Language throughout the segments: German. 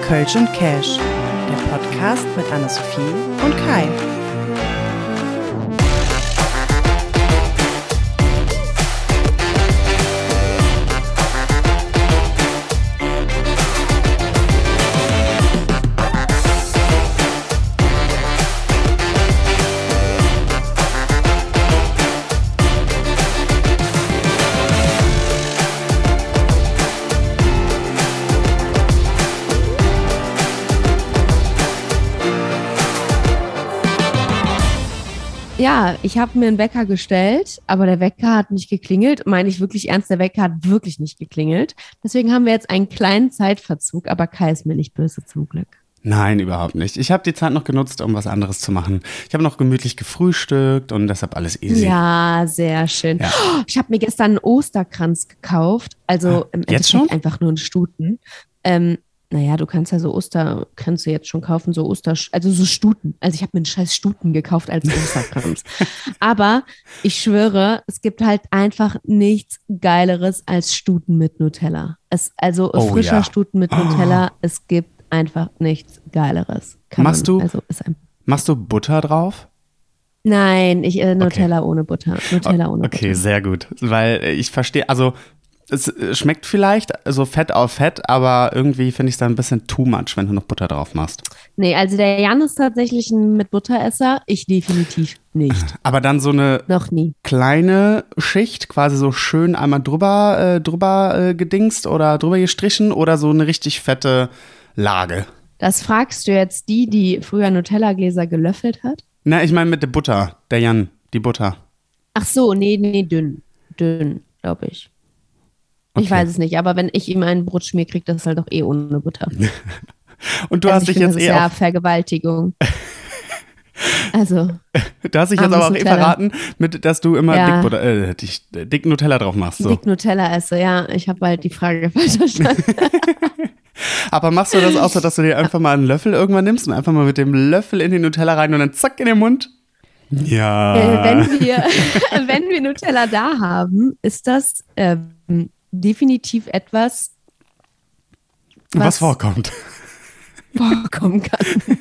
Kölsch und Cash, der Podcast mit Anna-Sophie und Kai. Ja, ich habe mir einen Wecker gestellt, aber der Wecker hat nicht geklingelt. Meine ich wirklich ernst, der Wecker hat wirklich nicht geklingelt. Deswegen haben wir jetzt einen kleinen Zeitverzug, aber Kai ist mir nicht böse zum Glück. Nein, überhaupt nicht. Ich habe die Zeit noch genutzt, um was anderes zu machen. Ich habe noch gemütlich gefrühstückt und deshalb alles easy. Ja, sehr schön. Ja. Oh, ich habe mir gestern einen Osterkranz gekauft. Also im Jetzt Endeffekt schon? einfach nur einen Stuten. Naja, du kannst ja so Osterkränze jetzt schon kaufen, so Stuten. Also ich habe mir einen scheiß Stuten gekauft als Osterkranz. Aber ich schwöre, es gibt halt einfach nichts Geileres als Stuten mit Nutella. Frischer Stuten mit Nutella, es gibt einfach nichts Geileres. Machst du Butter drauf? Nein, Nutella ohne Butter. Nutella ohne Butter. Okay, sehr gut. Weil ich verstehe, also es schmeckt vielleicht so Fett auf Fett, aber irgendwie finde ich es da ein bisschen too much, wenn du noch Butter drauf machst. Nee, also der Jan ist tatsächlich ein mit Butteresser, ich definitiv nicht. Aber dann so eine Noch nie. kleine Schicht, quasi so schön einmal drüber gedingst oder drüber gestrichen oder so eine richtig fette Lage. Das fragst du jetzt die früher Nutella-Gläser gelöffelt hat? Na, ich meine mit der Butter, der Jan, die Butter. Ach so, nee, dünn. Dünn, glaube ich. Okay. Ich weiß es nicht, aber wenn ich ihm einen Brot schmier, kriegt das halt auch ohne Butter. Und du hast dich jetzt ja Vergewaltigung. Also. Du hast dich jetzt aber auch verraten, dass du immer dick Nutella drauf machst. So. Dick Nutella esse, ja. Ich habe halt die Frage falsch verstanden. Aber machst du das auch so, dass du dir einfach mal einen Löffel irgendwann nimmst und einfach mal mit dem Löffel in den Nutella rein und dann zack in den Mund? Ja. Wenn wir Nutella da haben, ist das definitiv etwas, was vorkommt. Vorkommen kann.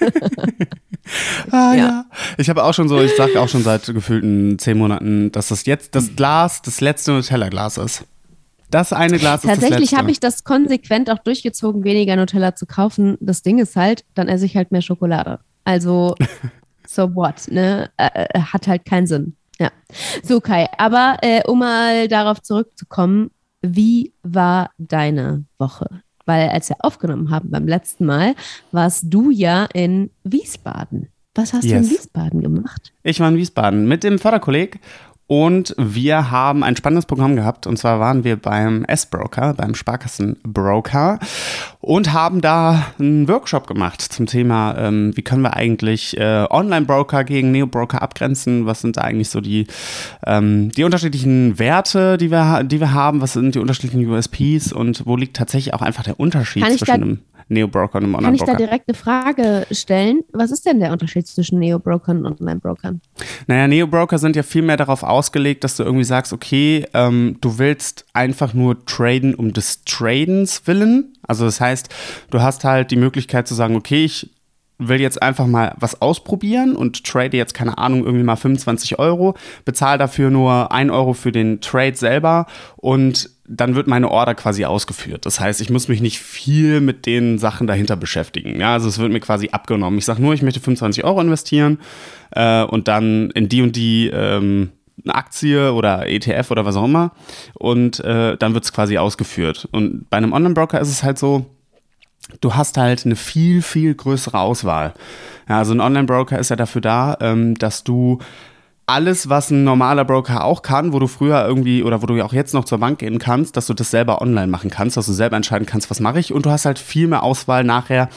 Ja. Ich habe auch schon so, ich sage auch schon seit gefühlten 10 Monaten, dass das jetzt das letzte Nutella-Glas ist. Das eine Glas ist das letzte. Tatsächlich habe ich das konsequent auch durchgezogen, weniger Nutella zu kaufen. Das Ding ist halt, dann esse ich halt mehr Schokolade. Also, so what, ne? Hat halt keinen Sinn. Ja. So, Kai, aber um mal darauf zurückzukommen, wie war deine Woche? Weil als wir aufgenommen haben beim letzten Mal, warst du ja in Wiesbaden. Was hast du in Wiesbaden gemacht? Ich war in Wiesbaden mit dem Förderkolleg und wir haben ein spannendes Programm gehabt. Und zwar waren wir beim S-Broker, beim Sparkassenbroker und haben da einen Workshop gemacht zum Thema, wie können wir eigentlich Online-Broker gegen Neo-Broker abgrenzen? Was sind da eigentlich so die unterschiedlichen Werte, die wir haben? Was sind die unterschiedlichen USPs und wo liegt tatsächlich auch einfach der Unterschied zwischen einem Neo-Broker und einem Online-Broker? Kann ich da direkt eine Frage stellen? Was ist denn der Unterschied zwischen Neo-Brokern und Online-Brokern? Naja, Neo-Broker sind ja viel mehr darauf ausgelegt, dass du irgendwie sagst, okay, du willst einfach nur traden um des Tradens willen. Also das heißt, du hast halt die Möglichkeit zu sagen, okay, ich will jetzt einfach mal was ausprobieren und trade jetzt, keine Ahnung, irgendwie mal 25 €, bezahle dafür nur 1 € für den Trade selber und dann wird meine Order quasi ausgeführt. Das heißt, ich muss mich nicht viel mit den Sachen dahinter beschäftigen. Ja, also es wird mir quasi abgenommen. Ich sage nur, ich möchte 25 € investieren und dann in die und die eine Aktie oder ETF oder was auch immer und dann wird es quasi ausgeführt. Und bei einem Online-Broker ist es halt so, du hast halt eine viel, viel größere Auswahl. Ja, also ein Online-Broker ist ja dafür da, dass du alles, was ein normaler Broker auch kann, wo du früher irgendwie oder wo du ja auch jetzt noch zur Bank gehen kannst, dass du das selber online machen kannst, dass du selber entscheiden kannst, was mache ich. Und du hast halt viel mehr Auswahl nachher,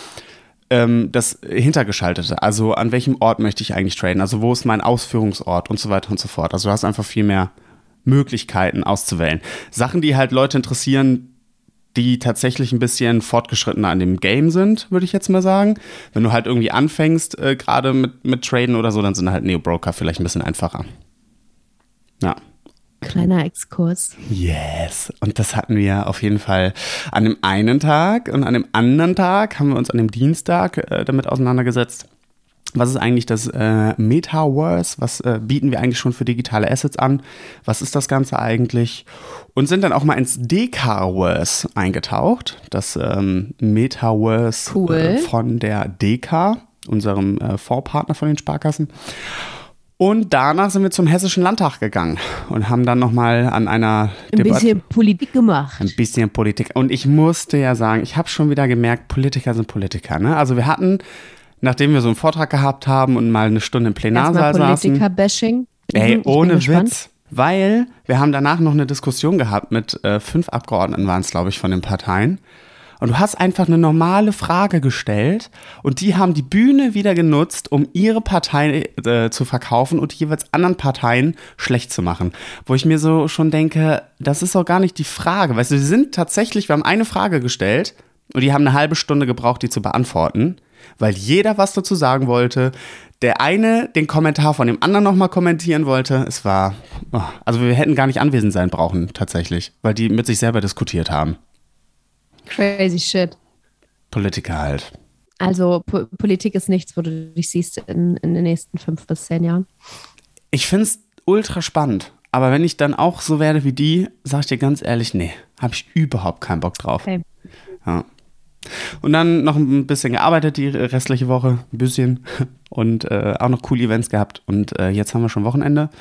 das Hintergeschaltete. Also an welchem Ort möchte ich eigentlich traden? Also wo ist mein Ausführungsort und so weiter und so fort. Also du hast einfach viel mehr Möglichkeiten auszuwählen. Sachen, die halt Leute interessieren, die tatsächlich ein bisschen fortgeschrittener an dem Game sind, würde ich jetzt mal sagen. Wenn du halt irgendwie anfängst, gerade mit Traden oder so, dann sind halt Neo-Broker vielleicht ein bisschen einfacher. Ja. Kleiner Exkurs. Yes. Und das hatten wir auf jeden Fall an dem einen Tag. Und an dem anderen Tag haben wir uns an dem Dienstag damit auseinandergesetzt. Was ist eigentlich das Metaverse? Was bieten wir eigentlich schon für digitale Assets an? Was ist das Ganze eigentlich? Und sind dann auch mal ins Dekaverse eingetaucht. Das Metaverse Cool. Von der Deka, unserem Fondspartner von den Sparkassen. Und danach sind wir zum Hessischen Landtag gegangen und haben dann nochmal an einer Ein bisschen Politik gemacht. Ein bisschen Politik. Und ich musste ja sagen, ich habe schon wieder gemerkt, Politiker sind Politiker. Ne? Also wir hatten, nachdem wir so einen Vortrag gehabt haben und mal eine Stunde im Plenarsaal Erstmal saßen. Politiker-Bashing. Ey, Ich bin ohne gespannt. Witz. Weil wir haben danach noch eine Diskussion gehabt mit 5 Abgeordneten waren es, glaube ich, von den Parteien. Und du hast einfach eine normale Frage gestellt und die haben die Bühne wieder genutzt, um ihre Partei zu verkaufen und die jeweils anderen Parteien schlecht zu machen. Wo ich mir so schon denke, das ist doch gar nicht die Frage. Weißt du, wir haben eine Frage gestellt und die haben eine halbe Stunde gebraucht, die zu beantworten, weil jeder was dazu sagen wollte. Der eine den Kommentar von dem anderen nochmal kommentieren wollte. Also wir hätten gar nicht anwesend sein brauchen, tatsächlich, weil die mit sich selber diskutiert haben. Crazy shit. Politiker halt. Also Politik ist nichts, wo du dich siehst in den nächsten 5 bis 10 Jahren. Ich finde es ultra spannend. Aber wenn ich dann auch so werde wie die, sag ich dir ganz ehrlich, nee, habe ich überhaupt keinen Bock drauf. Okay. Ja. Und dann noch ein bisschen gearbeitet die restliche Woche, ein bisschen. Und auch noch coole Events gehabt. Und jetzt haben wir schon Wochenende.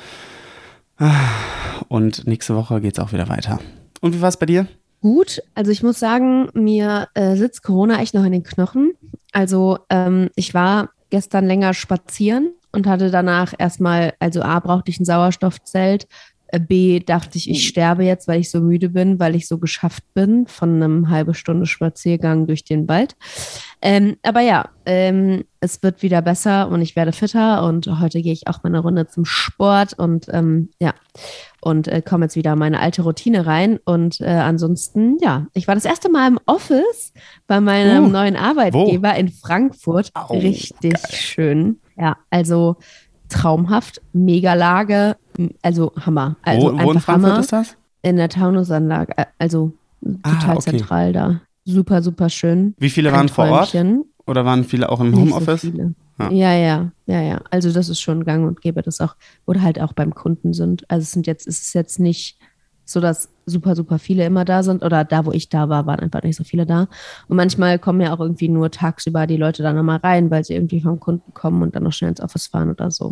Und nächste Woche geht's auch wieder weiter. Und wie war es bei dir? Gut, also ich muss sagen, mir sitzt Corona echt noch in den Knochen. Also ich war gestern länger spazieren und hatte danach erstmal, also A, brauchte ich ein Sauerstoffzelt, B, dachte ich sterbe jetzt, weil ich so müde bin, weil ich so geschafft bin von einem halbe Stunde Spaziergang durch den Wald. Aber ja, es wird wieder besser und ich werde fitter und heute gehe ich auch mal eine Runde zum Sport und komme jetzt wieder in meine alte Routine rein. Und ansonsten, ja, ich war das erste Mal im Office bei meinem neuen Arbeitgeber in Frankfurt. Au, richtig geil. Schön. Ja, also traumhaft, mega Lage, also Hammer. Also Wo in einfach Frankfurt Hammer. ist das? In der Taunusanlage, also total okay. zentral da. Super, super schön. Wie viele Ein waren vor Ort? Träumchen. Oder waren viele auch im Nicht Homeoffice? So viele. Ja. Ja. Also das ist schon gang und gäbe, das auch, oder halt auch beim Kunden sind. Also es ist jetzt nicht so, dass super, super viele immer da sind. Oder da, wo ich da war, waren einfach nicht so viele da. Und manchmal kommen ja auch irgendwie nur tagsüber die Leute da nochmal rein, weil sie irgendwie vom Kunden kommen und dann noch schnell ins Office fahren oder so.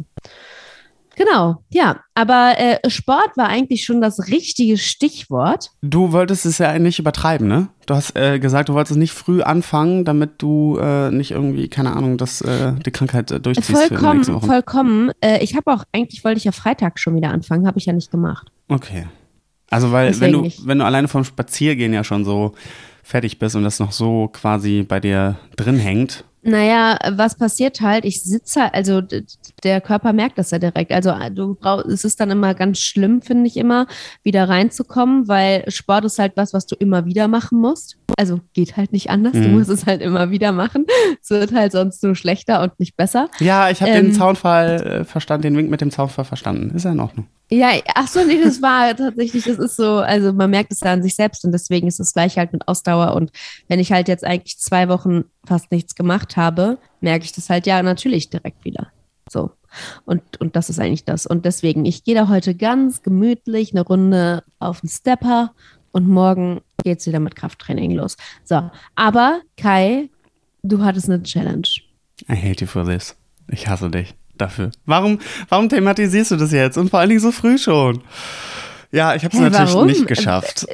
Genau, ja. Aber Sport war eigentlich schon das richtige Stichwort. Du wolltest es ja nicht übertreiben, ne? Du hast gesagt, du wolltest nicht früh anfangen, damit du nicht irgendwie, keine Ahnung, die Krankheit durchziehst für die nächsten Wochen. Vollkommen. Wollte ich ja Freitag schon wieder anfangen, habe ich ja nicht gemacht. Okay. Also weil, Deswegen wenn du alleine vom Spaziergehen ja schon so fertig bist und das noch so quasi bei dir drin hängt. Naja, was passiert halt? Ich sitze, also der Körper merkt das ja direkt. Also es ist dann immer ganz schlimm, finde ich immer, wieder reinzukommen, weil Sport ist halt was du immer wieder machen musst. Also geht halt nicht anders, du musst es halt immer wieder machen. Es wird halt sonst nur schlechter und nicht besser. Ja, ich habe den Zaunfall verstanden, den Wink mit dem Zaunfall verstanden. Ist ja in Ordnung. Ja, ach so, nee, das war tatsächlich, das ist so, also man merkt es ja an sich selbst und deswegen ist es gleich halt mit Ausdauer und wenn ich halt jetzt eigentlich 2 Wochen fast nichts gemacht habe, merke ich das halt ja natürlich direkt wieder. So. Und das ist eigentlich das. Und deswegen, ich gehe da heute ganz gemütlich eine Runde auf den Stepper und morgen geht's wieder mit Krafttraining los. So, aber Kai, du hattest eine Challenge. I hate you for this. Ich hasse dich dafür. Warum thematisierst du das jetzt? Und vor allen Dingen so früh schon. Ja, ich habe es natürlich nicht geschafft.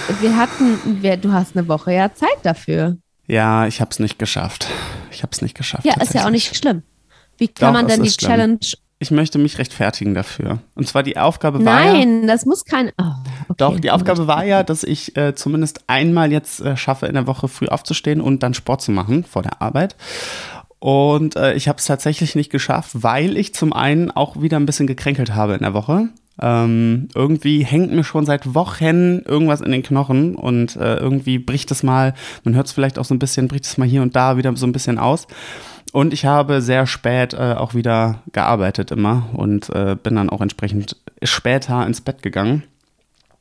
Du hast eine Woche ja Zeit dafür. Ja, ich habe es nicht geschafft. Ja, ist ja auch nicht schlimm. Wie kann man denn die Challenge... Ich möchte mich rechtfertigen dafür. Und zwar die Aufgabe war Nein, das muss kein... Oh, okay. Doch, die Aufgabe war ja, dass ich zumindest einmal jetzt schaffe, in der Woche früh aufzustehen und dann Sport zu machen vor der Arbeit. Und ich habe es tatsächlich nicht geschafft, weil ich zum einen auch wieder ein bisschen gekränkelt habe in der Woche. Irgendwie hängt mir schon seit Wochen irgendwas in den Knochen und irgendwie bricht es mal, man hört es vielleicht auch so ein bisschen, bricht es mal hier und da wieder so ein bisschen aus. Und ich habe sehr spät auch wieder gearbeitet immer und bin dann auch entsprechend später ins Bett gegangen.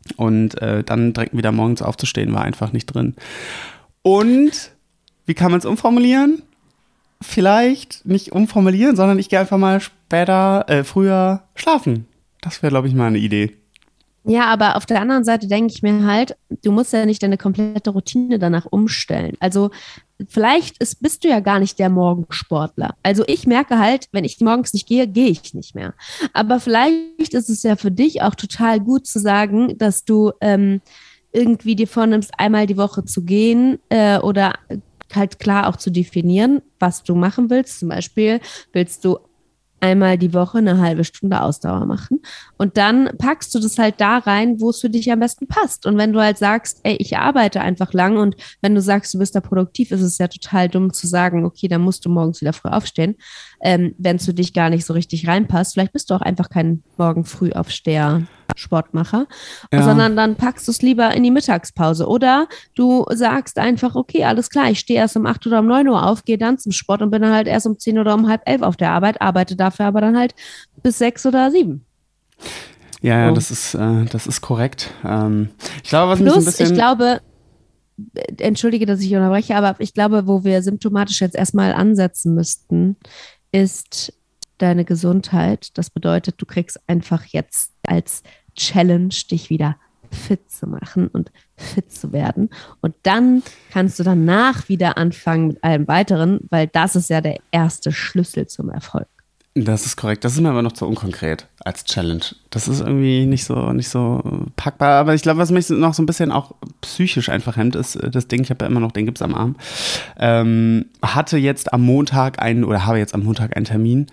Und dann direkt wieder morgens aufzustehen, war einfach nicht drin. Und wie kann man es umformulieren? Vielleicht nicht umformulieren, sondern ich gehe einfach mal früher schlafen. Das wäre, glaube ich, mal eine Idee. Ja, aber auf der anderen Seite denke ich mir halt, du musst ja nicht deine komplette Routine danach umstellen. Also vielleicht bist du ja gar nicht der Morgensportler. Also ich merke halt, wenn ich morgens nicht gehe, gehe ich nicht mehr. Aber vielleicht ist es ja für dich auch total gut zu sagen, dass du irgendwie dir vornimmst, einmal die Woche zu gehen oder halt klar auch zu definieren, was du machen willst. Zum Beispiel willst du einmal die Woche eine halbe Stunde Ausdauer machen. Und dann packst du das halt da rein, wo es für dich am besten passt. Und wenn du halt sagst, ey, ich arbeite einfach lang und wenn du sagst, du bist da produktiv, ist es ja total dumm zu sagen, okay, dann musst du morgens wieder früh aufstehen, wenn es für dich gar nicht so richtig reinpasst. Vielleicht bist du auch einfach kein Morgen-Frühaufsteher, Sportmacher, sondern dann packst du es lieber in die Mittagspause. Oder du sagst einfach, okay, alles klar, ich stehe erst um 8 oder um 9 Uhr auf, gehe dann zum Sport und bin dann halt erst um 10 oder um halb 11 auf der Arbeit, arbeite dafür aber dann halt bis 6 oder 7. Ja, So. das ist korrekt. Ich glaube, was mich so ein bisschen... Ich glaube, entschuldige, dass ich unterbreche, aber ich glaube, wo wir symptomatisch jetzt erstmal ansetzen müssten, ist deine Gesundheit. Das bedeutet, du kriegst einfach jetzt als Challenge, dich wieder fit zu machen und fit zu werden. Und dann kannst du danach wieder anfangen mit allem Weiteren, weil das ist ja der erste Schlüssel zum Erfolg. Das ist korrekt. Das ist mir aber noch zu unkonkret als Challenge. Das ist irgendwie nicht so packbar. Aber ich glaube, was mich noch so ein bisschen auch psychisch einfach hemmt, ist das Ding, ich habe ja immer noch den Gips am Arm. Habe jetzt am Montag einen Termin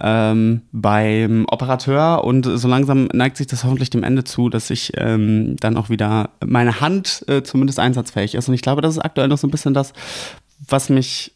beim Operateur und so langsam neigt sich das hoffentlich dem Ende zu, dass ich dann auch wieder meine Hand zumindest einsatzfähig ist. Und ich glaube, das ist aktuell noch so ein bisschen das, was mich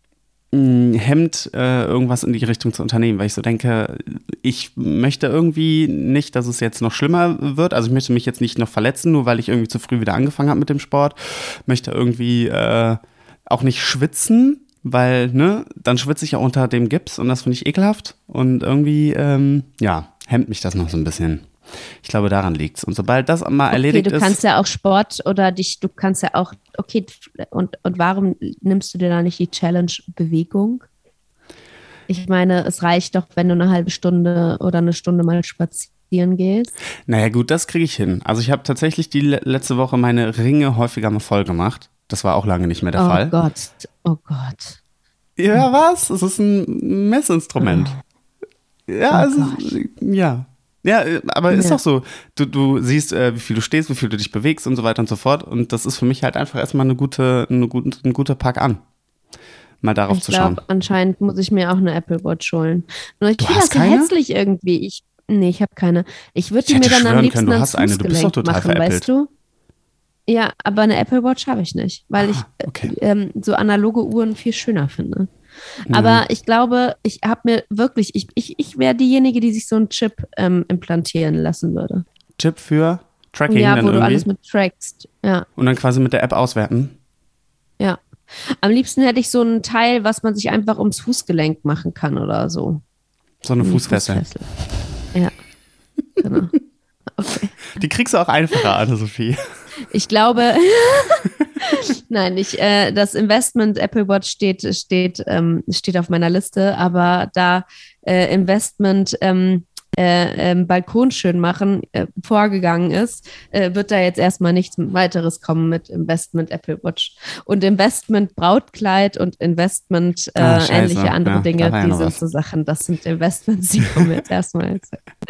hemmt, irgendwas in die Richtung zu unternehmen, weil ich so denke, ich möchte irgendwie nicht, dass es jetzt noch schlimmer wird, also ich möchte mich jetzt nicht noch verletzen, nur weil ich irgendwie zu früh wieder angefangen habe mit dem Sport, möchte irgendwie auch nicht schwitzen, weil, ne, dann schwitze ich ja unter dem Gips und das finde ich ekelhaft und irgendwie, hemmt mich das noch so ein bisschen. Ich glaube, daran liegt's. Und sobald das mal erledigt ist. Du kannst ja auch Sport oder du kannst ja auch, okay, und warum nimmst du dir da nicht die Challenge Bewegung? Ich meine, es reicht doch, wenn du eine halbe Stunde oder eine Stunde mal spazieren gehst. Naja, gut, das kriege ich hin. Also ich habe tatsächlich die letzte Woche meine Ringe häufiger mal voll gemacht. Das war auch lange nicht mehr der Fall. Oh Gott. Ja, was? Es ist ein Messinstrument. Ja, also, ja. Ja, aber ist doch so. Du siehst, wie viel du stehst, wie viel du dich bewegst und so weiter und so fort. Und das ist für mich halt einfach erstmal ein guter Pack an. Mal darauf zu schauen. Ich glaube, anscheinend muss ich mir auch eine Apple Watch holen. Nur ich finde das keine? hässlich irgendwie. Ich habe keine. Ich würde mir dann am liebsten ans Fußgelenk machen, weißt du? Ja, aber eine Apple Watch habe ich nicht, weil ich so analoge Uhren viel schöner finde. Aber ich glaube, ich habe mir wirklich, ich wäre diejenige, die sich so einen Chip implantieren lassen würde. Chip für Tracking? Ja, dann wo irgendwie? Du alles mit trackst. Ja. Und dann quasi mit der App auswerten? Ja. Am liebsten hätte ich so ein Teil, was man sich einfach ums Fußgelenk machen kann oder so. So eine Fußfessel. Ja, genau. Okay. Die kriegst du auch einfacher, Anne-Sophie. Ich glaube, nein, das Investment Apple Watch steht auf meiner Liste, aber da Investment Balkon schön machen vorgegangen ist, wird da jetzt erstmal nichts weiteres kommen mit Investment Apple Watch. Und Investment Brautkleid und Investment ähnliche andere Dinge, die sind so Sachen, das sind Investments, die kommen jetzt erstmal.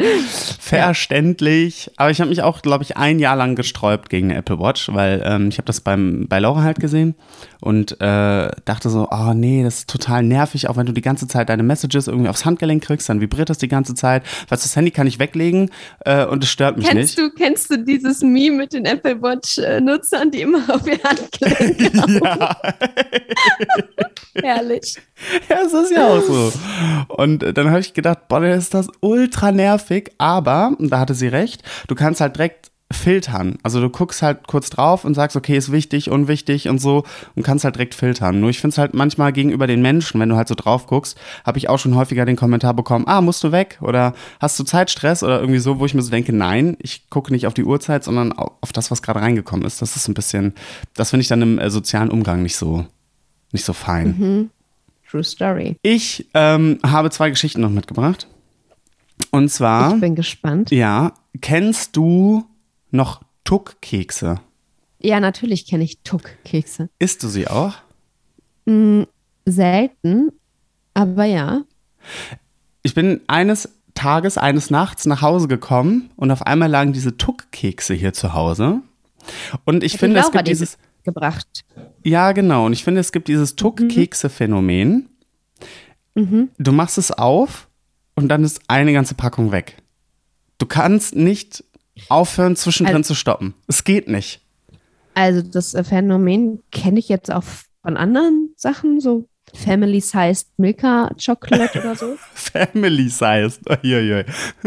Verständlich. Aber ich habe mich auch, glaube ich, ein Jahr lang gesträubt gegen eine Apple Watch, weil ich habe das bei Laura halt gesehen und dachte so, oh nee, das ist total nervig, auch wenn du die ganze Zeit deine Messages irgendwie aufs Handgelenk kriegst, dann vibriert das die ganze Zeit. Weißt du, das Handy kann ich weglegen und es stört mich nicht. Kennst du dieses Meme mit den Apple Watch-Nutzern, die immer auf ihr Handgelenk hauen? Ja. Herrlich. Ja, es ist ja auch so. Und dann habe ich gedacht, boah, ist das ultra nervig, aber, und da hatte sie recht, du kannst halt direkt filtern. Also du guckst halt kurz drauf und sagst, okay, ist wichtig, unwichtig und so und kannst halt direkt filtern. Nur ich finde es halt manchmal gegenüber den Menschen, wenn du halt so drauf guckst, habe ich auch schon häufiger den Kommentar bekommen, musst du weg oder hast du Zeitstress oder irgendwie so, wo ich mir so denke, nein, ich gucke nicht auf die Uhrzeit, sondern auf das, was gerade reingekommen ist. Das ist ein bisschen, das finde ich dann im sozialen Umgang nicht so fein. Mhm. True Story. Ich habe 2 Geschichten noch mitgebracht. Und zwar, Ich bin gespannt. ja, kennst du noch Tuck-Kekse? Ja, natürlich kenne ich Tuck-Kekse. Isst du sie auch? Selten, aber ja. Ich bin eines Tages, eines Nachts nach Hause gekommen und auf einmal lagen diese Tuck-Kekse hier zu Hause. Und ich finde, es gibt dieses... gebracht. Ja, genau. Und ich finde, es gibt dieses Tuck-Kekse-Phänomen. Du machst es auf und dann ist eine ganze Packung weg. Du kannst nicht aufhören, zwischendrin zu stoppen. Es geht nicht. Also das Phänomen kenne ich jetzt auch von anderen Sachen, so Family-Sized Milka Chocolate oder so. Family-Sized. Uiuiui.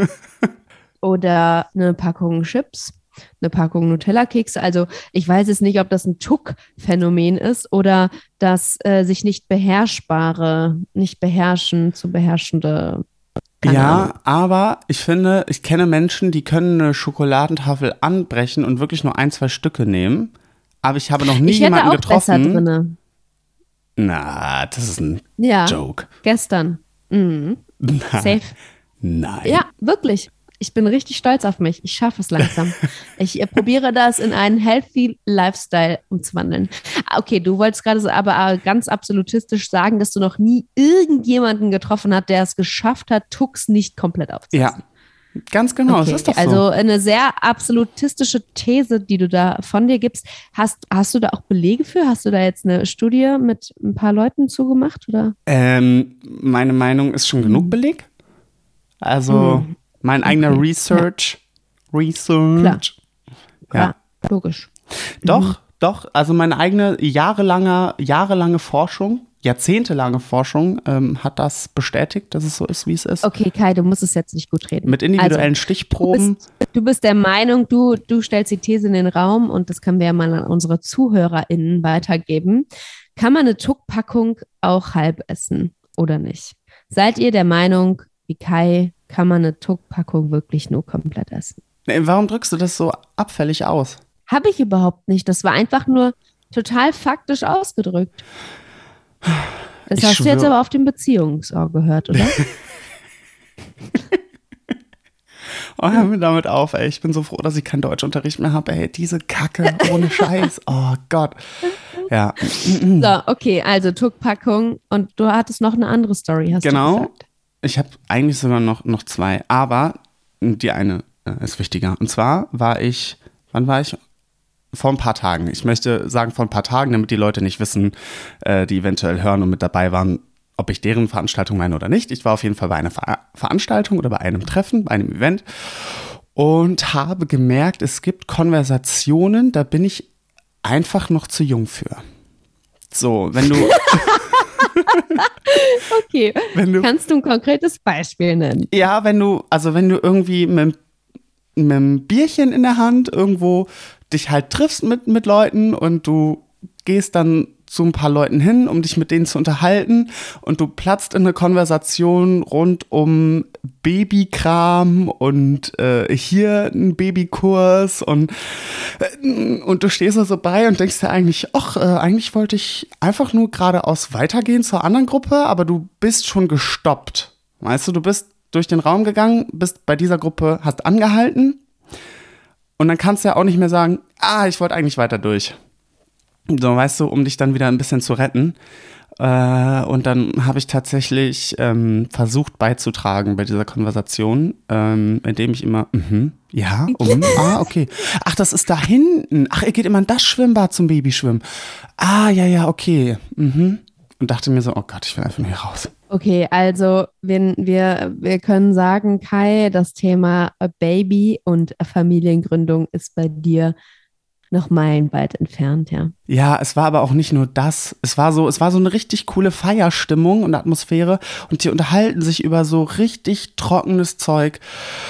Oder eine Packung Chips, eine Packung Nutella-Kekse. Also ich weiß jetzt nicht, ob das ein Tuck-Phänomen ist oder das sich nicht beherrschbare, nicht beherrschen zu beherrschende. Ja, aber ich finde, ich kenne Menschen, die können eine Schokoladentafel anbrechen und wirklich nur 1, 2 Stücke nehmen. Aber ich habe noch nie jemanden getroffen. Besser drinne. Na, das ist ein Joke. Gestern. Mhm. Safe. Nein. Ja, wirklich. Ich bin richtig stolz auf mich. Ich schaffe es langsam. Ich probiere das in einen healthy Lifestyle umzuwandeln. Okay, du wolltest gerade aber ganz absolutistisch sagen, dass du noch nie irgendjemanden getroffen hast, der es geschafft hat, Tux nicht komplett aufzuessen. Ja, ganz genau. Okay, das ist doch so. Also eine sehr absolutistische These, die du da von dir gibst. Hast du da auch Belege für? Hast du da jetzt eine Studie mit ein paar Leuten zugemacht? Oder? Meine Meinung ist schon genug Beleg. Also mein eigener Research. Klar. Ja, logisch. Doch. Also meine eigene jahrelange Forschung, jahrzehntelange Forschung hat das bestätigt, dass es so ist, wie es ist. Okay, Kai, du musst es jetzt nicht gut reden. Mit individuellen Stichproben. Du bist der Meinung, du stellst die These in den Raum und das können wir ja mal an unsere ZuhörerInnen weitergeben. Kann man eine Tuck-Packung auch halb essen oder nicht? Seid ihr der Meinung, wie Kai, kann man eine Tuck-Packung wirklich nur komplett essen? Warum drückst du das so abfällig aus? Habe ich überhaupt nicht. Das war einfach nur total faktisch ausgedrückt. Das hast du jetzt aber auf dem Beziehungsohr gehört, oder? Oh, hör mir damit auf, ey. Ich bin so froh, dass ich keinen Deutschunterricht mehr habe, ey. Diese Kacke ohne Scheiß. Oh Gott. Ja. So, okay, also Tuck-Packung. Und du hattest noch eine andere Story, hast du gesagt? Ich habe eigentlich sogar noch 2, aber die eine ist wichtiger. Und zwar wann war ich? Vor ein paar Tagen. Ich möchte sagen vor ein paar Tagen, damit die Leute nicht wissen, die eventuell hören und mit dabei waren, ob ich deren Veranstaltung meine oder nicht. Ich war auf jeden Fall bei einer Veranstaltung oder bei einem Treffen, bei einem Event und habe gemerkt, es gibt Konversationen, da bin ich einfach noch zu jung für. So, wenn du... Okay, kannst du ein konkretes Beispiel nennen? Ja, wenn du irgendwie mit einem Bierchen in der Hand irgendwo dich halt triffst mit Leuten und du gehst dann zu ein paar Leuten hin, um dich mit denen zu unterhalten und du platzt in eine Konversation rund um Babykram und hier ein Babykurs und du stehst da so bei und denkst dir eigentlich, eigentlich wollte ich einfach nur geradeaus weitergehen zur anderen Gruppe, aber du bist schon gestoppt. Weißt du bist durch den Raum gegangen, bist bei dieser Gruppe, hast angehalten und dann kannst du ja auch nicht mehr sagen, ich wollte eigentlich weiter durch. So, weißt du, um dich dann wieder ein bisschen zu retten. Und dann habe ich tatsächlich versucht beizutragen bei dieser Konversation, indem ich immer, okay. Ach, das ist da hinten. Ach, ihr geht immer in das Schwimmbad zum Babyschwimmen. Ja, okay. Und dachte mir so, oh Gott, ich will einfach nur hier raus. Okay, also wir können sagen, Kai, das Thema Baby und Familiengründung ist bei dir noch meilenweit entfernt, ja. Ja, es war aber auch nicht nur das. Es war so eine richtig coole Feierstimmung und Atmosphäre und die unterhalten sich über so richtig trockenes Zeug.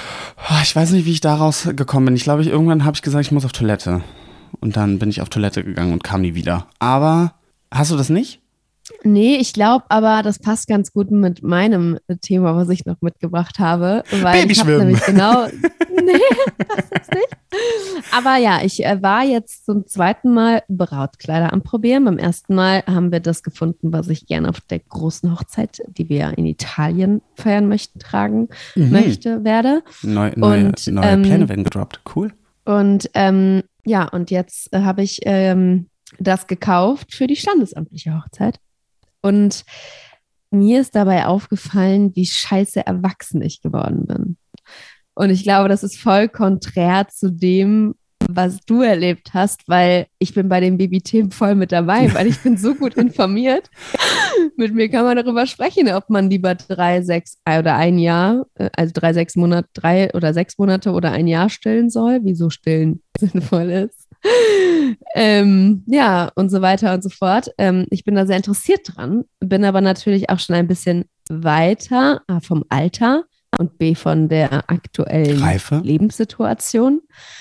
Ich weiß nicht, wie ich da rausgekommen bin. Ich glaube, irgendwann habe ich gesagt, ich muss auf Toilette. Und dann bin ich auf Toilette gegangen und kam nie wieder. Aber hast du das nicht? Nee, ich glaube aber, das passt ganz gut mit meinem Thema, was ich noch mitgebracht habe. Weil ich habe nämlich genau. Nee, das ist nicht. Aber ja, ich war jetzt zum zweiten Mal Brautkleider am Probieren. Beim ersten Mal haben wir das gefunden, was ich gerne auf der großen Hochzeit, die wir in Italien feiern möchten, tragen werde. Neue Pläne werden gedroppt. Cool. Und ja, und jetzt habe ich das gekauft für die standesamtliche Hochzeit. Und mir ist dabei aufgefallen, wie scheiße erwachsen ich geworden bin. Und ich glaube, das ist voll konträr zu dem, was du erlebt hast, weil ich bin bei den Babythemen voll mit dabei, weil ich bin so gut informiert. Mit mir kann man darüber sprechen, ob man lieber 3, 6 oder ein Jahr, also 3, 6 Monate, 3 oder 6 Monate oder ein Jahr stillen soll, wieso stillen sinnvoll ist. Ja, und so weiter und so fort. Ich bin da sehr interessiert dran, bin aber natürlich auch schon ein bisschen weiter vom Alter und B von der aktuellen Reife. Lebenssituation.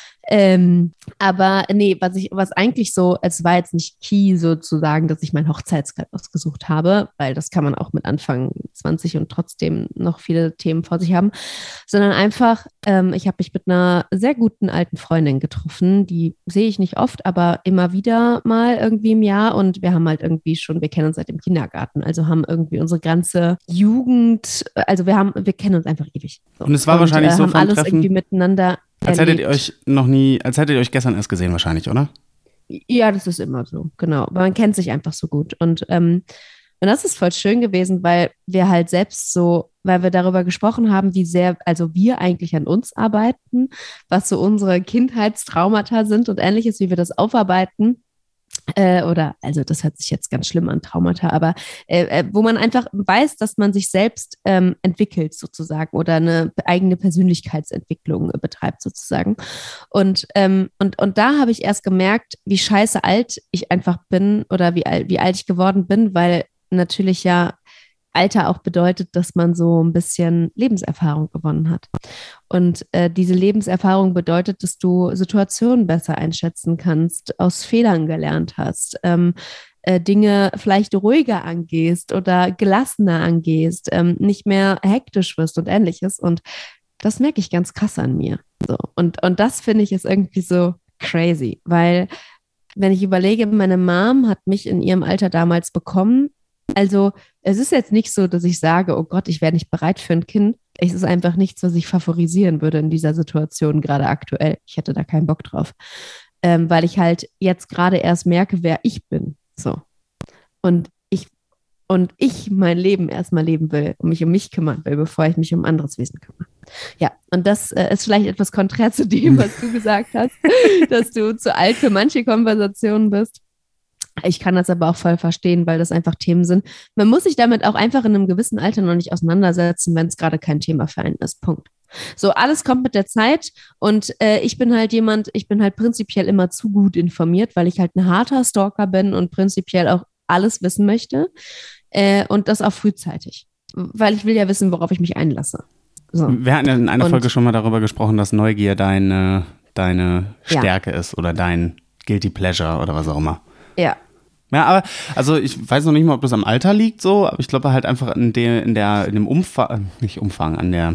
Aber nee, was eigentlich so, es war jetzt nicht key sozusagen, dass ich mein Hochzeitskleid ausgesucht habe, weil das kann man auch mit Anfang 20 und trotzdem noch viele Themen vor sich haben, sondern einfach, ich habe mich mit einer sehr guten alten Freundin getroffen, die sehe ich nicht oft, aber immer wieder mal irgendwie im Jahr und wir haben halt irgendwie schon, wir kennen uns seit dem Kindergarten, also haben irgendwie unsere ganze Jugend, also wir kennen uns einfach ewig. So. Und es war wahrscheinlich so haben vom alles Treffen, irgendwie miteinander als hättet ihr euch als hättet ihr euch gestern erst gesehen wahrscheinlich, oder? Ja, das ist immer so, genau. Aber man kennt sich einfach so gut. Und das ist voll schön gewesen, weil wir halt selbst so, weil wir darüber gesprochen haben, wie sehr, also wir eigentlich an uns arbeiten, was so unsere Kindheitstraumata sind und ähnliches, wie wir das aufarbeiten. Also das hört sich jetzt ganz schlimm an, Traumata, aber wo man einfach weiß, dass man sich selbst entwickelt sozusagen oder eine eigene Persönlichkeitsentwicklung betreibt sozusagen. Und da habe ich erst gemerkt, wie scheiße alt ich einfach bin oder wie alt ich geworden bin, weil natürlich ja Alter auch bedeutet, dass man so ein bisschen Lebenserfahrung gewonnen hat. Und diese Lebenserfahrung bedeutet, dass du Situationen besser einschätzen kannst, aus Fehlern gelernt hast, Dinge vielleicht ruhiger angehst oder gelassener angehst, nicht mehr hektisch wirst und ähnliches. Und das merke ich ganz krass an mir. So. Und das finde ich ist irgendwie so crazy, weil wenn ich überlege, meine Mom hat mich in ihrem Alter damals bekommen. Also es ist jetzt nicht so, dass ich sage, oh Gott, ich wäre nicht bereit für ein Kind. Es ist einfach nichts, was ich favorisieren würde in dieser Situation, gerade aktuell. Ich hätte da keinen Bock drauf, weil ich halt jetzt gerade erst merke, wer ich bin. So. Und ich mein Leben erstmal leben will und mich um mich kümmern will, bevor ich mich um ein anderes Wesen kümmere. Ja, und das ist vielleicht etwas konträr zu dem, was du gesagt hast, dass du zu alt für manche Konversationen bist. Ich kann das aber auch voll verstehen, weil das einfach Themen sind. Man muss sich damit auch einfach in einem gewissen Alter noch nicht auseinandersetzen, wenn es gerade kein Thema für einen ist. Punkt. So, alles kommt mit der Zeit und ich bin halt prinzipiell immer zu gut informiert, weil ich halt ein harter Stalker bin und prinzipiell auch alles wissen möchte und das auch frühzeitig, weil ich will ja wissen, worauf ich mich einlasse. So. Wir hatten ja in einer Folge schon mal darüber gesprochen, dass Neugier deine Stärke ist oder dein Guilty Pleasure oder was auch immer. Ja. Ja, aber, also ich weiß noch nicht mal, ob das am Alter liegt so, aber ich glaube halt einfach in dem Umfang, nicht Umfang, an der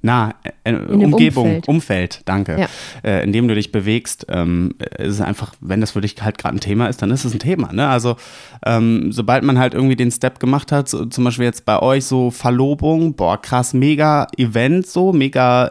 Umgebung, Umfeld, danke, ja. In dem du dich bewegst, ist es einfach, wenn das für dich halt gerade ein Thema ist, dann ist es ein Thema, ne? Also sobald man halt irgendwie den Step gemacht hat, so, zum Beispiel jetzt bei euch so Verlobung, boah krass, mega Event so, mega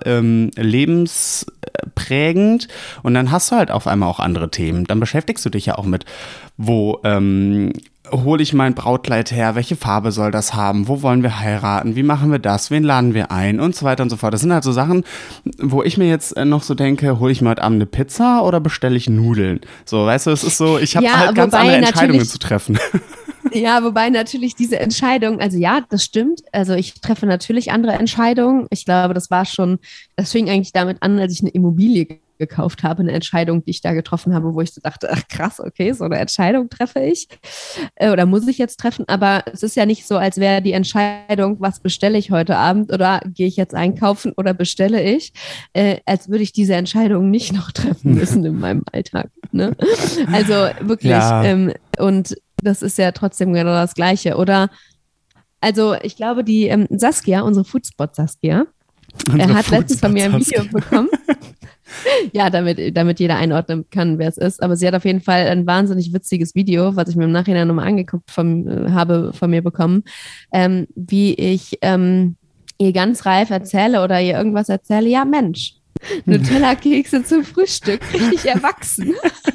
lebensprägend und dann hast du halt auf einmal auch andere Themen, dann beschäftigst du dich ja auch mit, wo hole ich mein Brautkleid her, welche Farbe soll das haben, wo wollen wir heiraten, wie machen wir das, wen laden wir ein und so weiter und so fort. Das sind halt so Sachen, wo ich mir jetzt noch so denke, hole ich mir heute Abend eine Pizza oder bestelle ich Nudeln? So, weißt du, es ist so, ich habe halt ganz andere Entscheidungen zu treffen. Ja, wobei natürlich diese Entscheidung, also ja, das stimmt. Also ich treffe natürlich andere Entscheidungen. Ich glaube, das fing eigentlich damit an, als ich eine Immobilie gekauft habe, eine Entscheidung, die ich da getroffen habe, wo ich so dachte, ach krass, okay, so eine Entscheidung treffe ich oder muss ich jetzt treffen, aber es ist ja nicht so, als wäre die Entscheidung, was bestelle ich heute Abend oder gehe ich jetzt einkaufen oder bestelle ich, als würde ich diese Entscheidung nicht noch treffen müssen in meinem Alltag. Ne? Also wirklich, und das ist ja trotzdem genau das Gleiche, oder? Also ich glaube, die Saskia, unsere Foodspot Saskia, hat letztens von mir ein Video bekommen. Ja, damit jeder einordnen kann, wer es ist. Aber sie hat auf jeden Fall ein wahnsinnig witziges Video, was ich mir im Nachhinein nochmal angeguckt habe, von mir bekommen, wie ich ihr ganz reif erzähle oder ihr irgendwas erzähle. Ja, Mensch, Nutella-Kekse zum Frühstück, richtig erwachsen.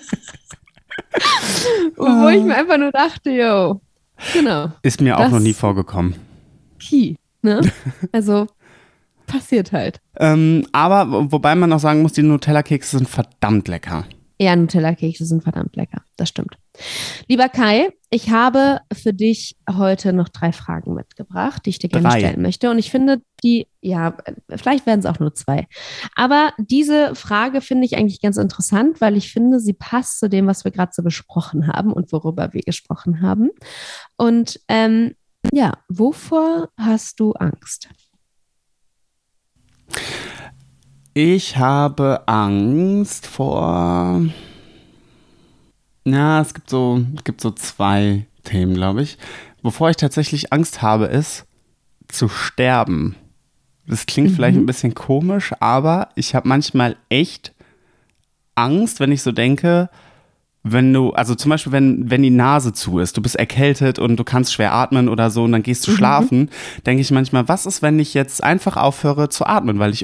Und wo ich mir einfach nur dachte, yo, genau. Ist mir auch noch nie vorgekommen. Key, ne? Also passiert halt. Aber wobei man noch sagen muss, die Nutella-Kekse sind verdammt lecker. Ja, Nutella-Kekse sind verdammt lecker. Das stimmt. Lieber Kai, ich habe für dich heute noch 3 Fragen mitgebracht, die ich dir gerne stellen möchte. Und ich finde vielleicht werden es auch nur 2. Aber diese Frage finde ich eigentlich ganz interessant, weil ich finde, sie passt zu dem, was wir gerade so besprochen haben und worüber wir gesprochen haben. Und wovor hast du Angst? Ich habe Angst vor. Ja, es gibt so 2 Themen, glaube ich. Wovor ich tatsächlich Angst habe, ist zu sterben. Das klingt vielleicht ein bisschen komisch, aber ich habe manchmal echt Angst, wenn ich so denke, also zum Beispiel, wenn die Nase zu ist, du bist erkältet und du kannst schwer atmen oder so und dann gehst du schlafen, denke ich manchmal, was ist, wenn ich jetzt einfach aufhöre zu atmen, weil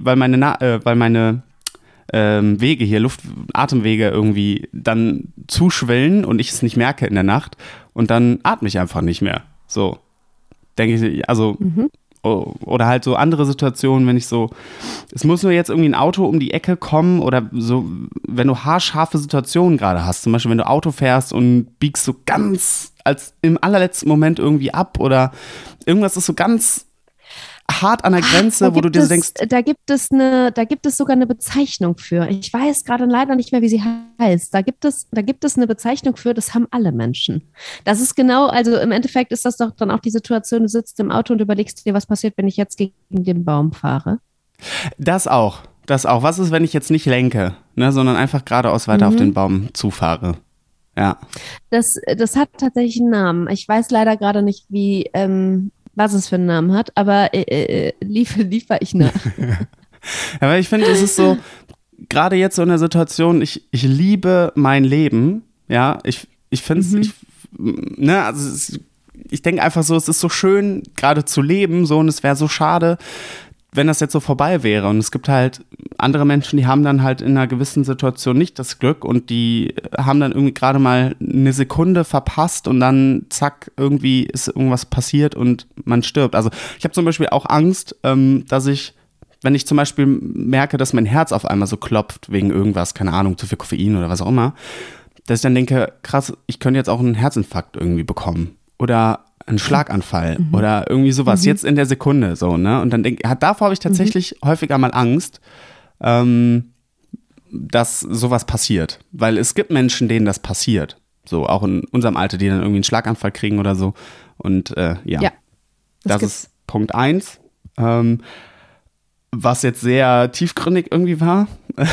meine Wege hier, Atemwege irgendwie dann zuschwellen und ich es nicht merke in der Nacht und dann atme ich einfach nicht mehr. So, denke ich, also oder halt so andere Situationen, wenn ich so, es muss nur jetzt irgendwie ein Auto um die Ecke kommen oder so, wenn du haarscharfe Situationen gerade hast, zum Beispiel wenn du Auto fährst und biegst so ganz als im allerletzten Moment irgendwie ab oder irgendwas ist so ganz hart an der Grenze, wo du dir so denkst. Da gibt es sogar eine Bezeichnung für. Ich weiß gerade leider nicht mehr, wie sie heißt. Da gibt es eine Bezeichnung für, das haben alle Menschen. Das ist genau, also im Endeffekt ist das doch dann auch die Situation, du sitzt im Auto und überlegst dir, was passiert, wenn ich jetzt gegen den Baum fahre. Das auch. Was ist, wenn ich jetzt nicht lenke, ne, sondern einfach geradeaus weiter auf den Baum zufahre? Ja. Das hat tatsächlich einen Namen. Ich weiß leider gerade nicht, was es für einen Namen hat, aber liefer ich nach. Ja, weil ich finde, es ist so, gerade jetzt so in der Situation, ich liebe mein Leben, ja, ich finde es, ich denke einfach so, es ist so schön, gerade zu leben, so, und es wäre so schade, wenn das jetzt so vorbei wäre. Und es gibt halt andere Menschen, die haben dann halt in einer gewissen Situation nicht das Glück und die haben dann irgendwie gerade mal eine Sekunde verpasst und dann zack, irgendwie ist irgendwas passiert und man stirbt. Also ich habe zum Beispiel auch Angst, dass ich, wenn ich zum Beispiel merke, dass mein Herz auf einmal so klopft wegen irgendwas, keine Ahnung, zu viel Koffein oder was auch immer, dass ich dann denke, krass, ich könnte jetzt auch einen Herzinfarkt irgendwie bekommen oder einen Schlaganfall oder irgendwie sowas, jetzt in der Sekunde so, ne? Und dann davor habe ich tatsächlich häufiger mal Angst, dass sowas passiert. Weil es gibt Menschen, denen das passiert. So, auch in unserem Alter, die dann irgendwie einen Schlaganfall kriegen oder so. Und ja. Das ist Punkt 1. Was jetzt sehr tiefgründig irgendwie war.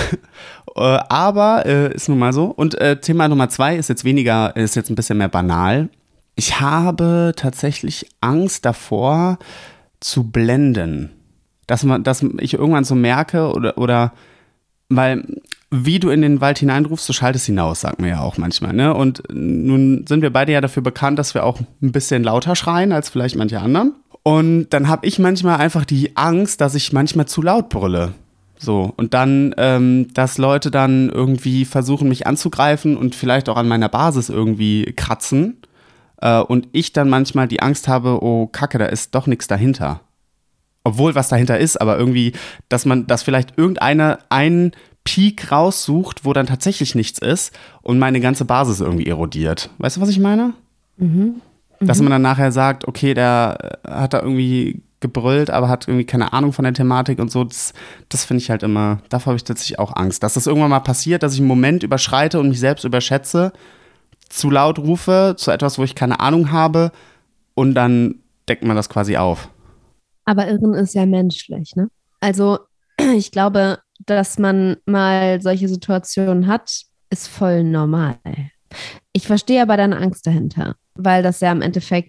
Aber ist nun mal so. Und Thema Nummer 2 ist jetzt ein bisschen mehr banal. Ich habe tatsächlich Angst davor, zu blenden. Dass ich irgendwann so merke oder weil wie du in den Wald hineinrufst, du schaltest hinaus, sagt man ja auch manchmal, ne? Und nun sind wir beide ja dafür bekannt, dass wir auch ein bisschen lauter schreien als vielleicht manche anderen. Und dann habe ich manchmal einfach die Angst, dass ich manchmal zu laut brülle. So, und dann, dass Leute dann irgendwie versuchen, mich anzugreifen und vielleicht auch an meiner Basis irgendwie kratzen. Und ich dann manchmal die Angst habe, oh Kacke, da ist doch nichts dahinter. Obwohl was dahinter ist, aber irgendwie, dass vielleicht irgendeiner einen Peak raussucht, wo dann tatsächlich nichts ist und meine ganze Basis irgendwie erodiert. Weißt du, was ich meine? Dass man dann nachher sagt, okay, der hat da irgendwie gebrüllt, aber hat irgendwie keine Ahnung von der Thematik und so. Das finde ich halt immer, davor habe ich tatsächlich auch Angst, dass das irgendwann mal passiert, dass ich einen Moment überschreite und mich selbst überschätze, zu laut rufe, zu etwas, wo ich keine Ahnung habe und dann deckt man das quasi auf. Aber Irren ist ja menschlich, ne? Also ich glaube, dass man mal solche Situationen hat, ist voll normal. Ich verstehe aber deine Angst dahinter, weil das ja im Endeffekt